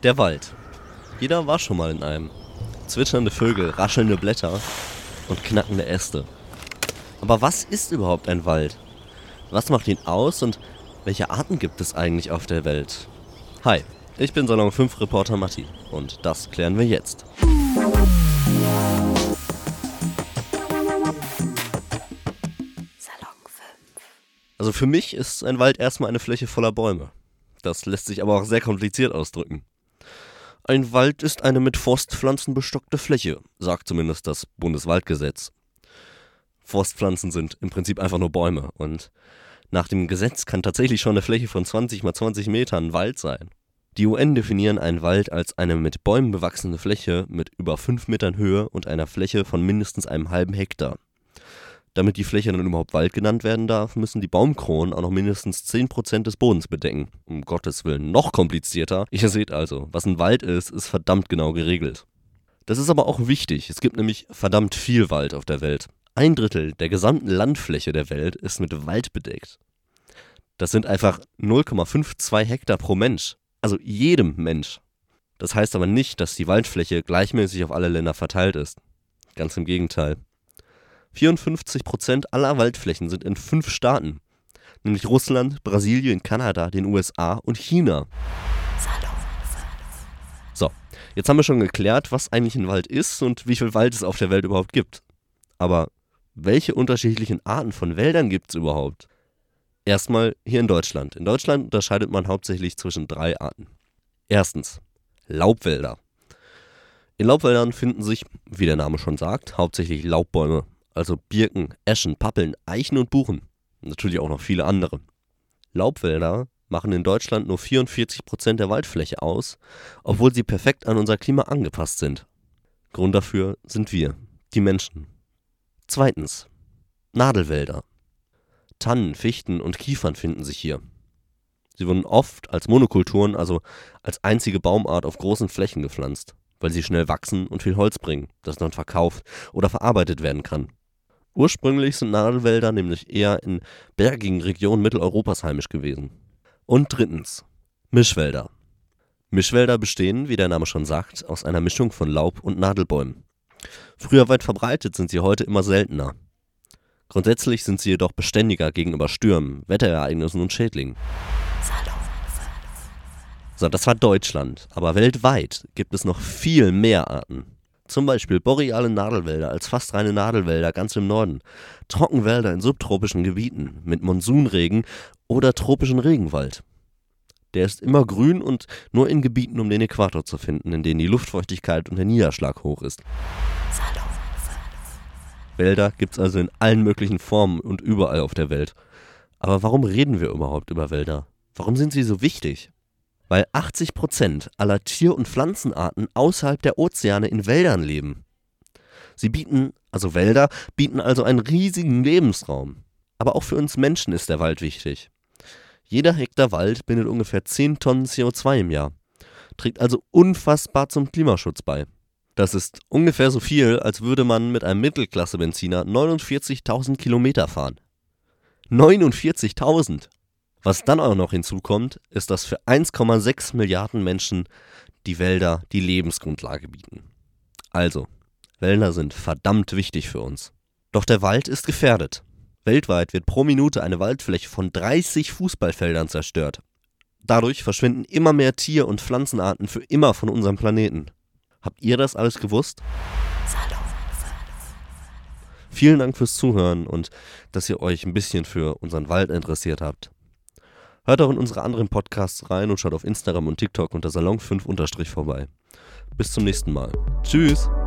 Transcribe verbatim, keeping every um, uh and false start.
Der Wald. Jeder war schon mal in einem. Zwitschernde Vögel, raschelnde Blätter und knackende Äste. Aber was ist überhaupt ein Wald? Was macht ihn aus und welche Arten gibt es eigentlich auf der Welt? Hi, ich bin Salon fünf Reporter Matti und das klären wir jetzt. Salon fünf. Also für mich ist ein Wald erstmal eine Fläche voller Bäume. Das lässt sich aber auch sehr kompliziert ausdrücken. Ein Wald ist eine mit Forstpflanzen bestockte Fläche, sagt zumindest das Bundeswaldgesetz. Forstpflanzen sind im Prinzip einfach nur Bäume und nach dem Gesetz kann tatsächlich schon eine Fläche von zwanzig mal zwanzig Metern Wald sein. Die U N definieren einen Wald als eine mit Bäumen bewachsene Fläche mit über fünf Metern Höhe und einer Fläche von mindestens einem halben Hektar. Damit die Fläche dann überhaupt Wald genannt werden darf, müssen die Baumkronen auch noch mindestens zehn Prozent des Bodens bedecken. Um Gottes Willen, noch komplizierter. Ihr seht also, was ein Wald ist, ist verdammt genau geregelt. Das ist aber auch wichtig, es gibt nämlich verdammt viel Wald auf der Welt. Ein Drittel der gesamten Landfläche der Welt ist mit Wald bedeckt. Das sind einfach null Komma zweiundfünfzig Hektar pro Mensch. Also jedem Mensch. Das heißt aber nicht, dass die Waldfläche gleichmäßig auf alle Länder verteilt ist. Ganz im Gegenteil. vierundfünfzig Prozent aller Waldflächen sind in fünf Staaten, nämlich Russland, Brasilien, Kanada, den U S A und China. So, jetzt haben wir schon geklärt, was eigentlich ein Wald ist und wie viel Wald es auf der Welt überhaupt gibt. Aber welche unterschiedlichen Arten von Wäldern gibt es überhaupt? Erstmal hier in Deutschland. In Deutschland unterscheidet man hauptsächlich zwischen drei Arten. Erstens, Laubwälder. In Laubwäldern finden sich, wie der Name schon sagt, hauptsächlich Laubbäume. Also Birken, Eschen, Pappeln, Eichen und Buchen. Natürlich auch noch viele andere. Laubwälder machen in Deutschland nur vierundvierzig Prozent der Waldfläche aus, obwohl sie perfekt an unser Klima angepasst sind. Grund dafür sind wir, die Menschen. Zweitens, Nadelwälder. Tannen, Fichten und Kiefern finden sich hier. Sie wurden oft als Monokulturen, also als einzige Baumart auf großen Flächen gepflanzt, weil sie schnell wachsen und viel Holz bringen, das dann verkauft oder verarbeitet werden kann. Ursprünglich sind Nadelwälder nämlich eher in bergigen Regionen Mitteleuropas heimisch gewesen. Und drittens, Mischwälder. Mischwälder bestehen, wie der Name schon sagt, aus einer Mischung von Laub- und Nadelbäumen. Früher weit verbreitet, sind sie heute immer seltener. Grundsätzlich sind sie jedoch beständiger gegenüber Stürmen, Wetterereignissen und Schädlingen. So, das war Deutschland, aber weltweit gibt es noch viel mehr Arten. Zum Beispiel boreale Nadelwälder als fast reine Nadelwälder ganz im Norden, Trockenwälder in subtropischen Gebieten mit Monsunregen oder tropischen Regenwald. Der ist immer grün und nur in Gebieten um den Äquator zu finden, in denen die Luftfeuchtigkeit und der Niederschlag hoch ist. Wälder gibt es also in allen möglichen Formen und überall auf der Welt. Aber warum reden wir überhaupt über Wälder? Warum sind sie so wichtig? Weil achtzig Prozent aller Tier- und Pflanzenarten außerhalb der Ozeane in Wäldern leben. Sie bieten, also Wälder, bieten also einen riesigen Lebensraum. Aber auch für uns Menschen ist der Wald wichtig. Jeder Hektar Wald bindet ungefähr zehn Tonnen C O zwei im Jahr, trägt also unfassbar zum Klimaschutz bei. Das ist ungefähr so viel, als würde man mit einem Mittelklasse-Benziner neunundvierzigtausend Kilometer fahren. neunundvierzigtausend! Was dann auch noch hinzukommt, ist, dass für eins Komma sechs Milliarden Menschen die Wälder die Lebensgrundlage bieten. Also, Wälder sind verdammt wichtig für uns. Doch der Wald ist gefährdet. Weltweit wird pro Minute eine Waldfläche von dreißig Fußballfeldern zerstört. Dadurch verschwinden immer mehr Tier- und Pflanzenarten für immer von unserem Planeten. Habt ihr das alles gewusst? Vielen Dank fürs Zuhören und dass ihr euch ein bisschen für unseren Wald interessiert habt. Hört auch in unsere anderen Podcasts rein und schaut auf Instagram und TikTok unter Salon fünf unterstrich vorbei. Bis zum nächsten Mal. Tschüss!